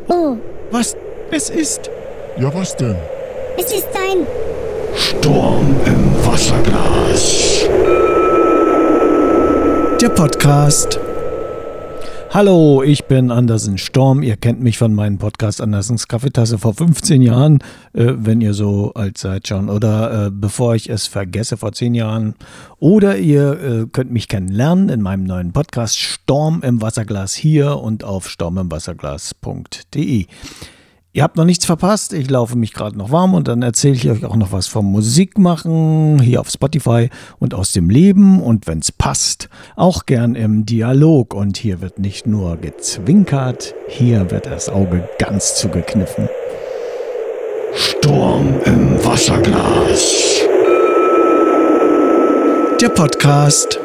Oh, Was? Es ist... Ja, was denn? es ist ein... Sturm im Wasserglas. Der Podcast. Hallo, ich bin Andersen Storm. Ihr kennt mich von meinem Podcast Andersens Kaffeetasse vor 15 Jahren, wenn ihr so alt seid schon. Oder bevor ich es vergesse, vor 10 Jahren. Oder ihr könnt mich kennenlernen in meinem neuen Podcast Sturm im Wasserglas hier und auf sturmimwasserglas.de. Ihr habt noch nichts verpasst, ich laufe mich gerade noch warm und dann erzähle ich euch auch noch was vom Musikmachen hier auf Spotify und aus dem Leben und wenn es passt, auch gern im Dialog. Und hier wird nicht nur gezwinkert, hier wird das Auge ganz zugekniffen. Sturm im Wasserglas. Der Podcast.